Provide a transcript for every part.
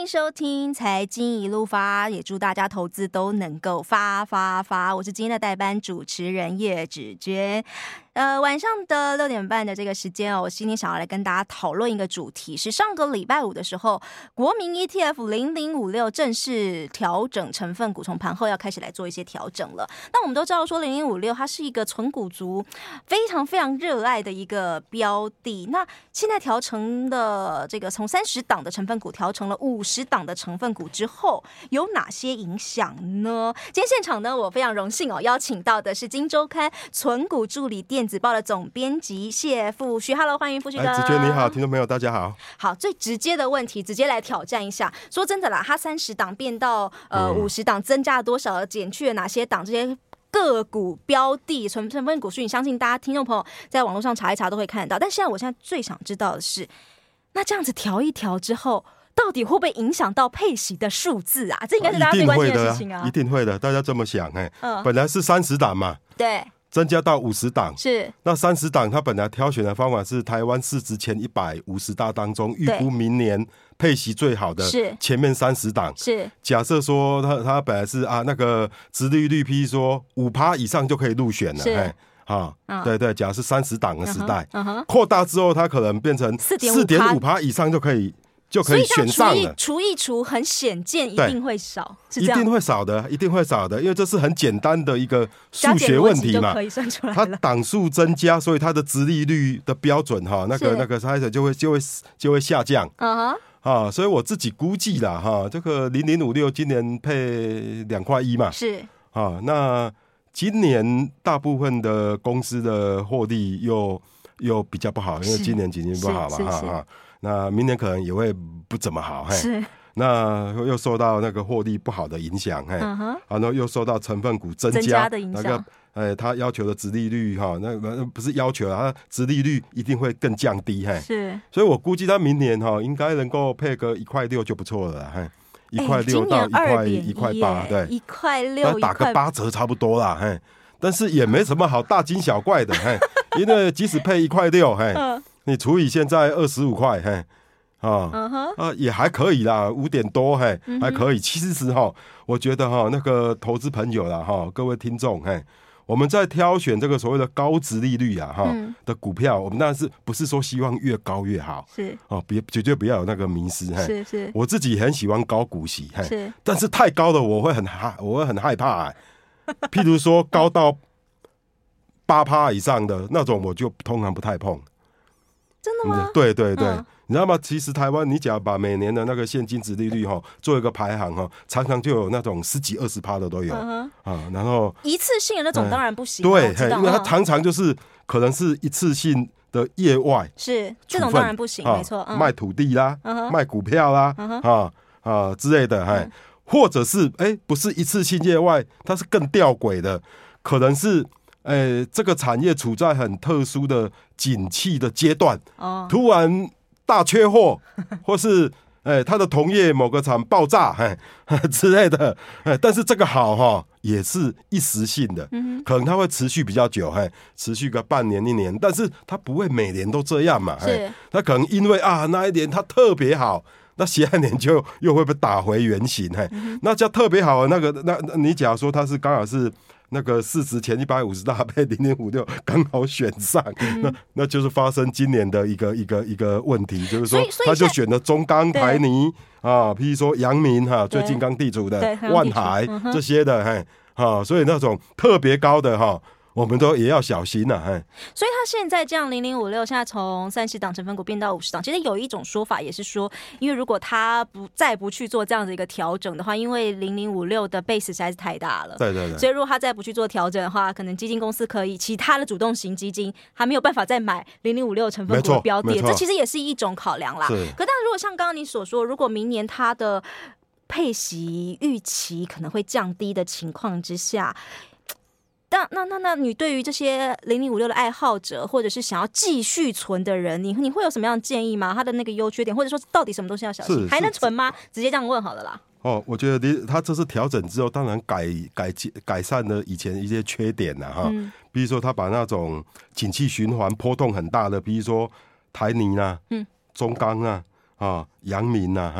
迎收听财经一路发，也祝大家投资都能够发发发。我是今天的代班主持人叶芷娟。晚上的6点半的这个时间我今天想要来跟大家讨论一个主题，是上个礼拜五的时候，国民 ETF 0056正式调整成分股，从盘后要开始来做一些调整了。那我们都知道说0056它是一个存股族非常非常热爱的一个标的，那现在调成的这个从30档的成分股调成了50档的成分股之后，有哪些影响呢？今天现场呢，我非常荣幸邀请到的是今周刊存股助理电子报的总编辑谢富旭。 Hello， 欢迎富旭哥。 芷娟你好，听众朋友大家好。 好，最直接的问题直接来挑战一下，说真的啦，它30档变到50档，增加了多少，减去了哪些档，这些个股标的成分股数，你相信大家听众朋友在网络上查一查都会看得到。但现在我现在最想知道的是，那这样子调一调之后，到底会不会影响到配息的数字啊？这应该是大家最关心的事情啊。 一定会的，大家这么想本来是30档嘛， 对， 增加到50档， 是那30档，它本来挑选的方法是台湾市值前150大当中，预估明年配息最好的前面30档。 是假设说它本来是那个殖利率譬如说5%以上就可以入选了，对对，假设是30档的时代，扩大之后它可能变成 4.5% 以上就可以选上了。 除一除很显见一定会少，是这样， 一定会少的，一定会少的，因为这是很简单的一个数学问题嘛，它档数增加，所以它的殖利率的标准那个它就会下降。所以我自己估计啦这个0056今年配2.1块嘛， 是那今年大部分的公司的获利又比较不好，因为今年经济不好嘛，那明年可能也会不怎么好， 是， 那又受到那个获利不好的影响，然后又受到成分股增加的影响， 他要求的殖利率那不是要求他殖利率一定会更降低， 是， 所以我估计他明年应该能够配个1.6块就不错了，1.6块到1.8块，对 ，1.6块， 打个8折差不多啦，但是也没什么好大惊小怪的，因为即使配1.6块，你除以现在25块，也还可以啦，5点多，还可以。其实我觉得那个投资朋友啦，各位听众，我们在挑选这个所谓的高殖利率的股票，我们当然是不是说希望越高越好， 是绝对不要有那个迷思， 是。 我自己很喜欢高股息， 是， 但是太高了我会很害怕，譬如说高到8%以上的那种，我就通常不太碰。 真的吗？ 对对对，你知道吗？其实台湾，你只要把每年的那个现金殖利率做一个排行常常就有那种10几20%的都有然后一次性的那种当然不行， 对，因为它常常就是可能是一次性的业外， 是这种当然不行，没错， 卖土地啦，卖股票啦，之类的，或者是不是一次性业外，它是更吊诡的，可能是这个产业处在很特殊的景气的阶段，突然大缺货，或是它的同业某个厂爆炸之类的，但是这个好也是一时性的，可能它会持续比较久，持续个半年1年，但是它不会每年都这样嘛，它可能因为那一年它特别好，那下一年就又会被打回原形，那叫特别好的那你假如说它是刚好是那个市值前150大配0056刚好选上，那就是发生今年的一个问题，就是说他就选了中钢、台泥譬如说阳明最近刚地主的万海这些的，所以那种特别高的我们都也要小心所以他现在这样0056现在从30档成分股变到50档，其实有一种说法也是说，因为如果他再不去做这样的一个调整的话，因为0056的 base 实在是太大了， 对对对， 所以如果他再不去做调整的话，可能基金公司可以其他的主动型基金还没有办法再买0056成分股的标的，这其实也是一种考量啦。可但如果像刚刚你所说，如果明年他的配息预期可能会降低的情况之下，那你对于这些0056的爱好者，或者是想要继续存的人，你会有什么样的建议吗？他的那个优缺点，或者说到底什么东西要小心，还能存吗？直接这样问好了啦。 我觉得他这次调整之后，当然改善了以前一些缺点比如说他把那种景气循环波动很大的，比如说台泥中钢阳明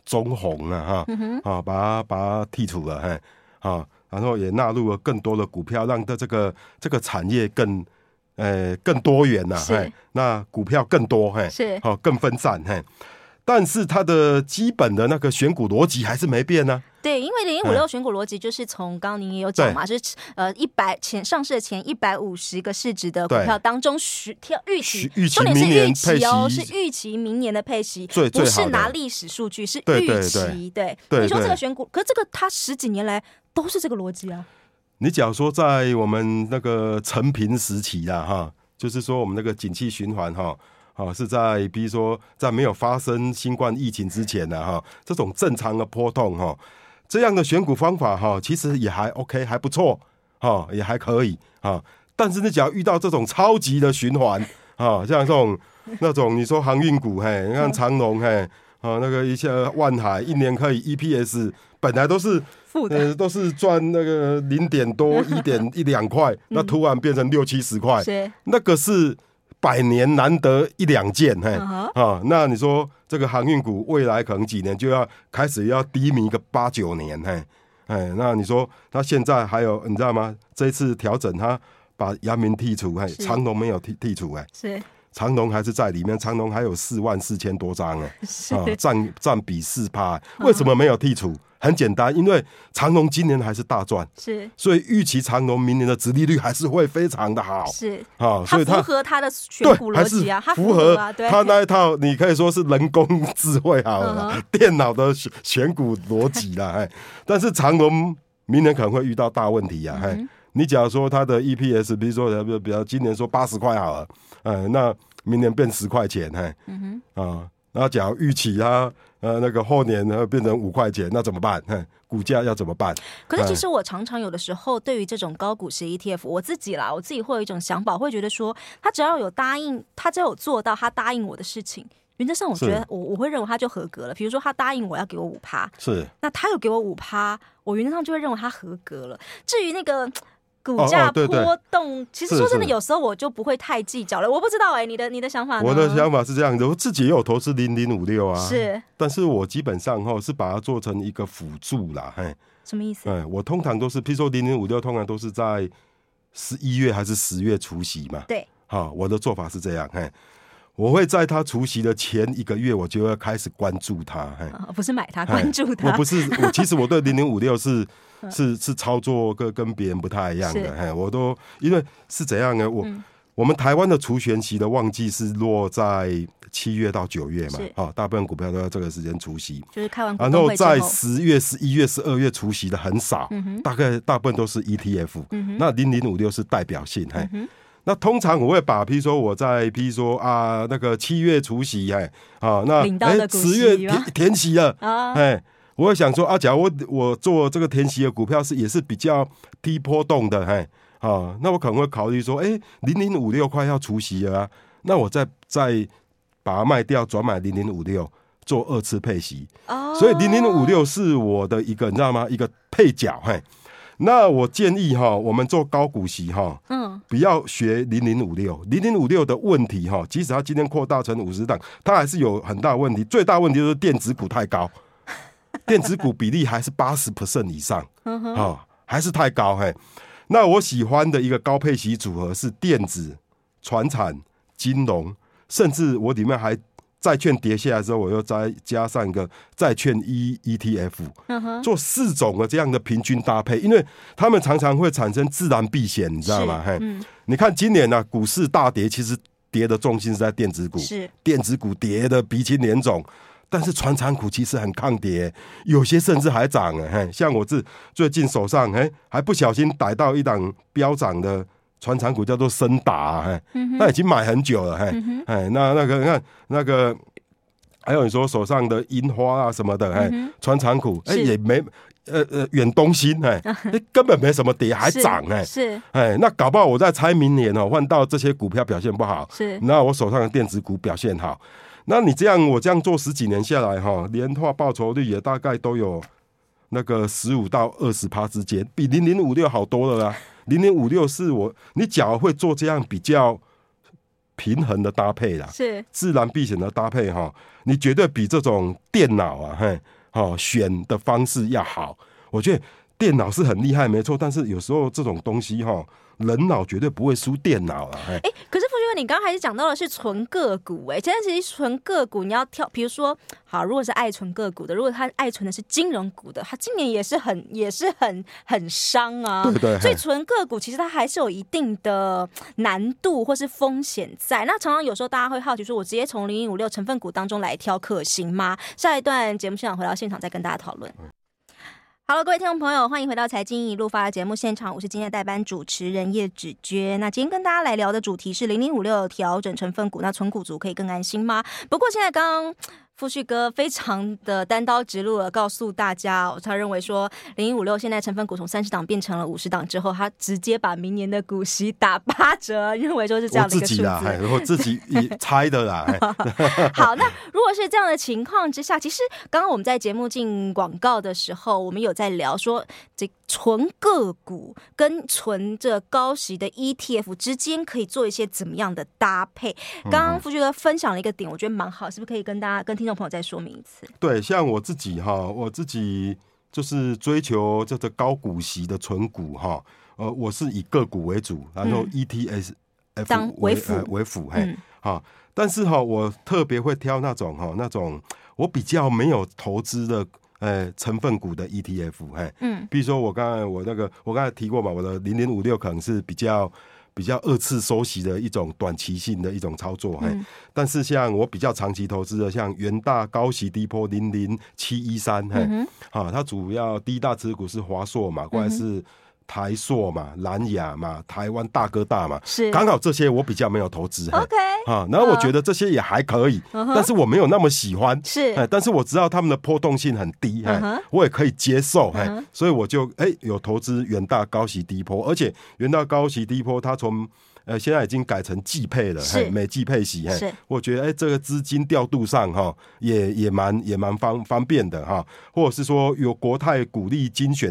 中红啊哈，把它剔除了，然后也纳入了更多的股票，让这个产业更多元呐，那股票更多， 是更分散，但是它的基本的那个选股逻辑还是没变呢。 对，因为0056选股逻辑就是从刚刚您也有讲嘛，就是上市的前150个市值的股票当中预期明年配息是预期明年的配息， 不是拿历史数据，是预期。对，你说这个选股，可是这个它10几年来都是这个逻辑啊。 你假如说在我们那个成平时期啦，哈，就是说我们那个景气循环哈。是在比如说在没有发生新冠疫情之前呢，这种正常的波动，这样的选股方法其实也还 OK， 还不错，也还可以，但是你只要遇到这种超级的循环，像这种那种你说航运股，你看长荣，那个一下万海一年可以 EPS 本来都是都是赚那个0点多1.2块，那突然变成60-70块，那个是100年难得1、2件，那你说这个航运股未来可能几年就要开始要低迷个8、9年，那你说他现在还有你知道吗？这一次调整他把阳明剔除，长荣没有剔除， 是长荣还是在里面，长荣还有44000多张，占比4%，为什么没有剔除？很简单，因为长荣今年还是大赚， 是， 所以预期长荣明年的殖利率还是会非常的好， 是所以它符合它的选股逻辑啊，它符合啊，对， 它那一套你可以说是人工智慧好了，电脑的选股逻辑啦，但是长荣明年可能会遇到大问题啊，你假如说它的 EPS， 比如说比如今年说80块好了，那明年变10块钱，然后假如预期它那个后年变成5块钱，那怎么办？股价要怎么办？ 可是其实我常常有的时候对于这种高股息 ETF， 我自己会有一种想法，会觉得说他只要有做到他答应我的事情，原则上我觉得我会认为他就合格了。比如说他答应我要给我5%， 是， 那他有给我5%，我原则上就会认为他合格了。至于那个股价波动，其实说真的，有时候我就不会太计较了。我不知道你的想法呢？ 我的想法是这样的，我自己也有投资0056啊， 是， 但是我基本上是把它做成一个辅助啦， 什么意思？ 我通常都是，譬如说0056，通常都是在11月还是10月除息嘛， 对， 我的做法是这样，我会在他除息的前1个月，我就要开始关注他， 不是买它，关注它。 我不是，其实我对0056是操作跟别人不太一样的，我都因为是怎样呢？我们台湾的除权息的旺季是落在7月到9月嘛，大部分股票都在这个时间除息， 就是开完股东会之后， 然后在10月、11月、12月除息的很少，大部分都是 ETF，那0056是代表性，那通常我会把，譬如说我在譬如说那个7月除息，那10月填息了，我会想说假如我做这个填息的股票也是比较低波动的，那我可能会考虑说0056快要除息了那我再把它卖掉，转买0056做2次配息，所以0056是我的一个你知道吗？一个配角，那我建议我们做高股息不要学0056的问题即使它今天扩大成50档，它还是有很大的问题。最大问题就是电子股太高，电子股比例还是80% 以上，还是太高。那我喜欢的一个高配息组合是电子、传产、金融，甚至我里面还债券跌下来之后，我又再加上一个债券 ETF，做4种的这样的平均搭配，因为他们常常会产生自然避险，你知道吗？你看今年股市大跌，其实跌的重心是在电子股，电子股跌的鼻青脸肿，但是传产股其实很抗跌，有些甚至还涨。像我最近手上还不小心逮到一档飙涨的传产股，叫做森达，那已经买很久了，那个你看那个，还有你说手上的樱花什么的，传产股也没远东新根本没什么跌，还涨是那搞不好我在猜明年换到这些股票表现不好，那我手上的电子股表现好，那你我这样做10几年下来年化报酬率也大概都有那个15%到20%之间，比0056好多了啦。0056是你假如会做这样比较平衡的搭配啦， 是自然避险的搭配你绝对比这种电脑选的方式要好。我觉得电脑是很厉害没错，但是有时候这种东西人脑绝对不会输电脑啦。 可是傅旭哥，你刚刚还是讲到的是纯个股现在其实纯个股你要挑，比如说好，如果是爱纯个股的，如果他爱纯的是金融股的，他今年也是很伤啊。 对， 所以纯个股其实它还是有一定的难度或是风险在。那常常有时候大家会好奇说，我直接从0056成分股当中来挑可行吗？下一段节目现场回到现场再跟大家讨论。好了，各位听众朋友，欢迎回到财经一路发的节目现场，我是今天的代班主持人叶芷娟。那今天跟大家来聊的主题是0056调整成分股，那存股族可以更安心吗？不过现在刚刚傅旭哥非常的单刀直入的告诉大家，他认为说0056现在成分股从30档变成了50档之后，他直接把明年的股息打8折，认为说是这样的一个数字。 我自己猜的啦。 好，那如果是这样的情况之下，其实刚刚我们在节目进广告的时候，我们有在聊说这纯个股跟纯这高息的 ETF 之间可以做一些怎么样的搭配。刚刚傅旭哥分享了一个点，我觉得蛮好，是不是可以跟听众朋友再说明一次？对， 像我自己就是追求这个高股息的存股我是以个股为主，然后 ETF 当为辅。但是我特别会挑那种我比较没有投资的成分股的 ETF。比如说我刚才提过嘛，我的0056可能是比较二次收息的一种短期性的一种操作。但是像我比较长期投资的，像元大高息低波00713，它主要第一大持股是华硕嘛，过来是台塑嘛、蓝亚嘛、台湾大哥大嘛，是刚好这些我比较没有投资。 OK， 然后我觉得这些也还可以，但是我没有那么喜欢。 是， 但是我知道他们的波动性很低，我也可以接受。所以我就有投资元大高息低波，而且元大高息低波它从现在已经改成季配了，每季配息。我觉得这个资金调度上也蛮方便的或者是说有国泰股利精选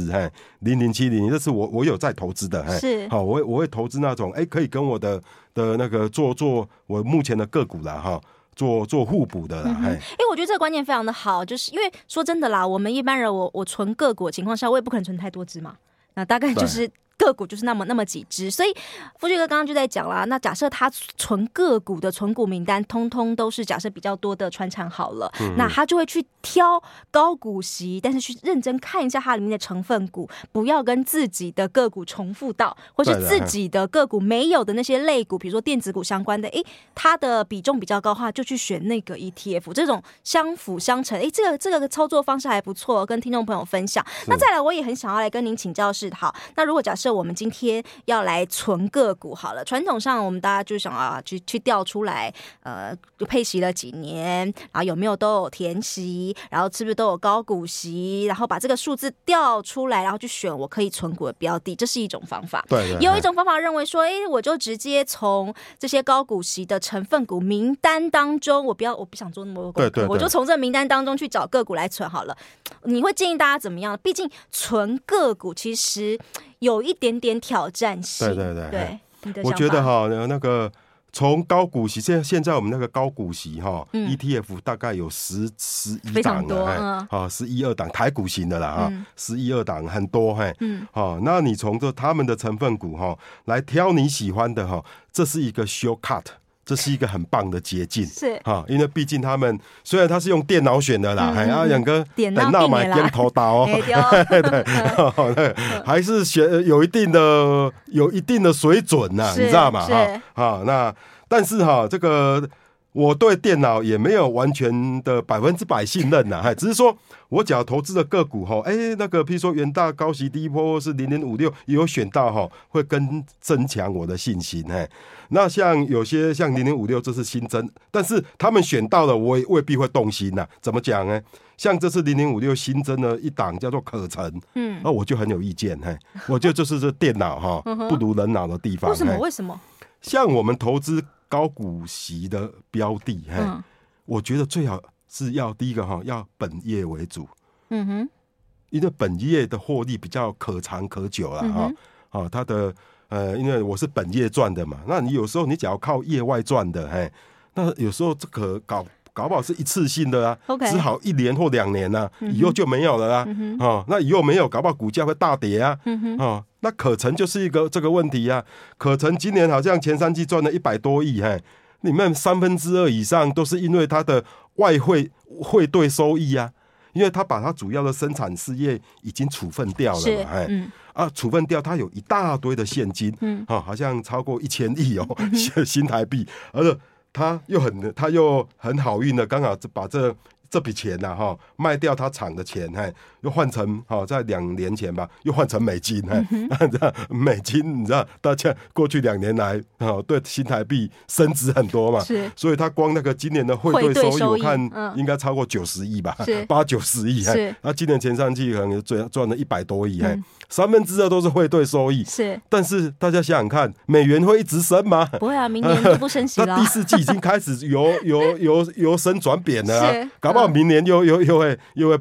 300070，这是我有在投资的。是，我会投资那种可以跟我的那个做我目前的个股啦做互补的啦。 我觉得这个观念非常的好，就是因为说真的啦，我们一般人我存个股的情况下，我也不可能存太多只嘛，那大概就是个股就是那么几只，所以傅旭哥刚刚就在讲啦。那假设他存个股的存股名单，通通都是假设比较多的传产好了，那他就会去挑高股息，但是去认真看一下它里面的成分股，不要跟自己的个股重复到，或是自己的个股没有的那些类股，比如说电子股相关的，它的比重比较高的话，就去选那个 ETF， 这种相辅相成。这个操作方式还不错，跟听众朋友分享。那再来，我也很想要来跟您请教是，好，那如果假设我们今天要来存个股好了，传统上我们大家就想要去调出来，配息了几年，然后有没有都有填息，然后是不是都有高股息，然后把这个数字调出来，然后去选我可以存股的标的，这是一种方法。 对， 也有一种方法认为说，我就直接从这些高股息的成分股名单当中，我不想做那么多功课，我就从这名单当中去找个股来存好了。你会建议大家怎么样？毕竟存个股其实有一点点挑战性。对， 我觉得那个从高股息，现在我们那个高股息ETF 大概有11档了，11、2档台股型的啦11、2档很多那你从他们的成分股来挑你喜欢的这是一个 shortcut。这是一个很棒的捷径， 是因为毕竟他们虽然他是用电脑选的啦，两个电脑买跟头刀对，还是选有一定的水准呐，你知道吗？那但是这个我对电脑也没有完全的100%信任呐，只是说我只要投资的个股那个譬如说元大高息低波或是0056也有选到会更增强我的信心。那像有些像0056这是新增，但是他们选到了我也未必会动心呐。怎么讲呢？像这次0056新增了一档叫做可成，那我就很有意见。我觉得这是这电脑不如人脑的地方。 为什么？ 像我们投资高股息的标的，我觉得最好是要第一个要本业为主，因为本业的获利比较可长可久啦，它的因为我是本业赚的嘛，那你有时候你只要靠业外赚的，那有时候这个搞不好是一次性的啊， okay. 只好1年或2年啊，以后就没有了啊，那以后没有，搞不好股价会大跌啊，那可成就是一个这个问题啊。可成今年好像前3季赚了100多亿，里面2/3以上都是因为它的外汇兑收益啊，因为他把他主要的生产事业已经处分掉了嘛，处分掉，他有一大堆的现金，好像超过1000亿哦，新台币，而且他又很好运的，刚好把这笔钱呐，卖掉他厂的钱，又换成在2年前吧，又换成美金，美金你知道，大家过去2年来对新台币升值很多嘛，所以他光那个今年的汇兑收益，我看应该超过90亿吧，80-90亿，他今年前3季可能赚了100多亿，2/3都是汇兑收益，但是大家想想看，美元会一直升吗？ 不会啊，明年就不升息了。 那第4季已经开始由升转贬了啊，搞不好明年又会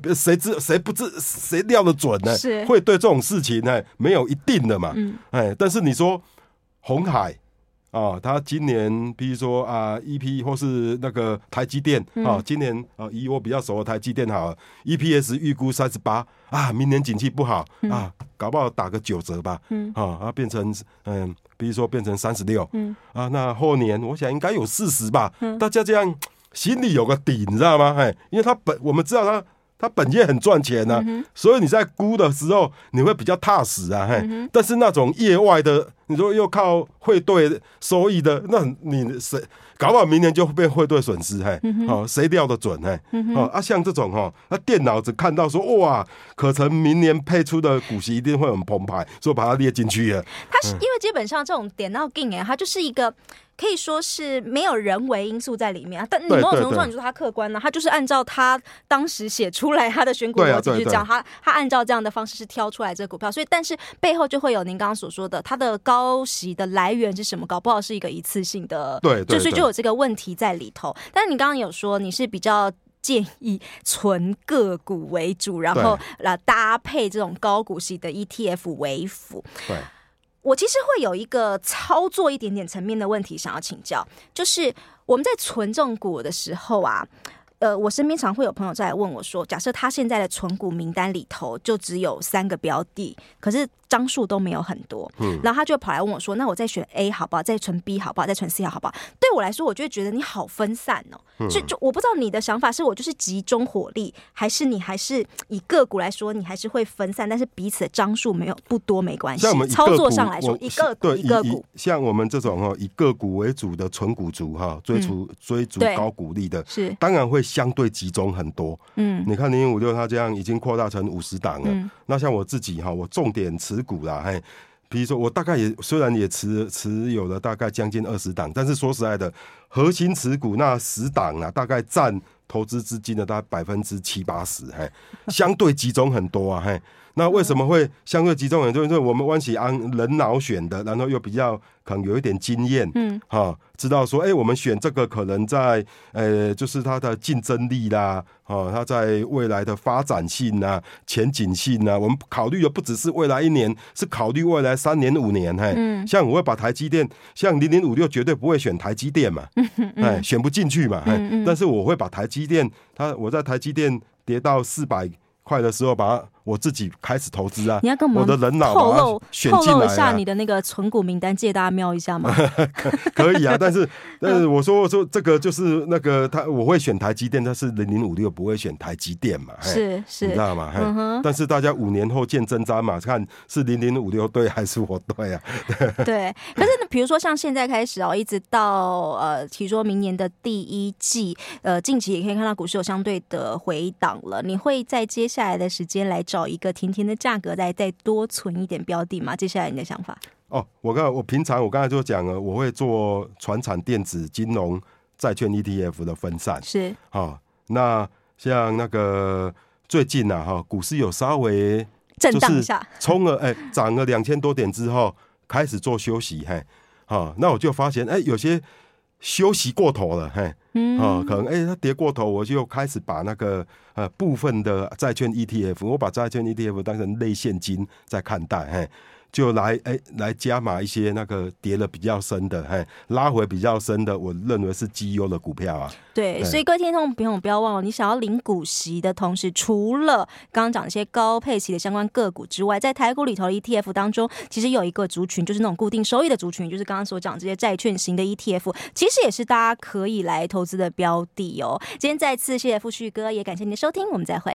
谁料得准呢？会对这种事情没有一定的嘛。但是你说鸿海他今年比如说EP 或是那个台积电今年以我比较熟的台积电好了 ，EPS 预估38明年景气不好搞不好打个9折吧，变成比如说变成36，那后年我想应该有40吧，大家这样心里有个底，你知道吗？因为我们知道他本业很赚钱啊，所以你在估的时候你会比较踏实啊，但是那种业外的，你说又靠汇兑收益的，那你谁搞不好明年就会变汇兑损失，谁料得准？像这种那电脑只看到说哇，可成明年配出的股息一定会很澎湃，所以把它列进去了。 它是因为基本上这种点到进它就是一个。可以说是没有人为因素在里面但你某种程度上你说他客观他就是按照他当时写出来他的选股逻辑去讲，他按照这样的方式是挑出来这个股票，所以但是背后就会有您刚刚所说的它的高息的来源是什么，搞不好是一个一次性的，就有这个问题在里头。但是你刚刚有说你是比较建议纯个股为主，然后搭配这种高股息的 ETF 为辅。 对， 我其实会有一个操作一点点层面的问题想要请教，就是我们在存这种股的时候我身边常会有朋友在来问我说，假设他现在的存股名单里头就只有3个标的，可是张数都没有很多，然后他就跑来问我说，那我再选 A 好不好，再存 B 好不好，再存 C 好不好？对我来说我就会觉得你好分散所以就我不知道你的想法是我就是集中火力，还是你还是以个股来说你还是会分散，但是彼此的张数不多没关系，操作上来说一个股像我们这种以个股为主的纯股族追逐高股利的，是当然会相对集中很多。你看0056它这样已经扩大成50档了，那像我自己我重点持股啦，比如说我大概虽然也持有了大概将近20档，但是说实在的，核心持股那10档大概占投资资金的大概70-80%，相对集中很多啊。那为什么会相对集中很多？因为我们弯起按人脑选的，然后又比较可能有一点经验，知道说，我们选这个可能在就是它的竞争力啦，它在未来的发展性啊、前景性啊，我们考虑的不只是未来1年，是考虑未来3年、5年。像我会把台积电，像0056绝对不会选台积电嘛，选不进去嘛。但是我会把台积电，我在台积电跌到400块的时候，把我自己开始投资啊！ 你要跟我的人脑把它选进来透露一下你的那个存股名单，借大家瞄一下吗？ 可以啊，但是我说这个就是那个我会选台积电，但是0056不会选台积电嘛， 是你知道吗？但是大家5年后见真章嘛，看是0056对还是我对啊？ 对，可是比如说像现在开始一直到比如说明年的第1季，近期也可以看到股市有相对的回档了，你会在接下来的时间来找一个甜甜的价格再多存一点标的吗？接下来你的想法？ 我平常我刚才就讲了，我会做传产电子金融债券 ETF 的分散， 是那像那个最近股市有稍微震荡一下， 冲了涨了2000多点之后开始做休息，那我就发现有些休息过头了，可能它跌过头，我就开始把那个部分的债券 ETF， 我把债券 ETF 当成类现金在看待， 就来加码一些那个跌了比较深的，拉回比较深的，我认为是绩优的股票啊。 对，所以各位听众朋友不要忘了，你想要领股息的同时，除了刚刚讲一些高配息的相关个股之外，在台股里头的 ETF 当中，其实有一个族群就是那种固定收益的族群，就是刚刚所讲这些债券型的 ETF， 其实也是大家可以来投资的标的哦。今天再次谢谢富旭哥，也感谢您的收听，我们再会。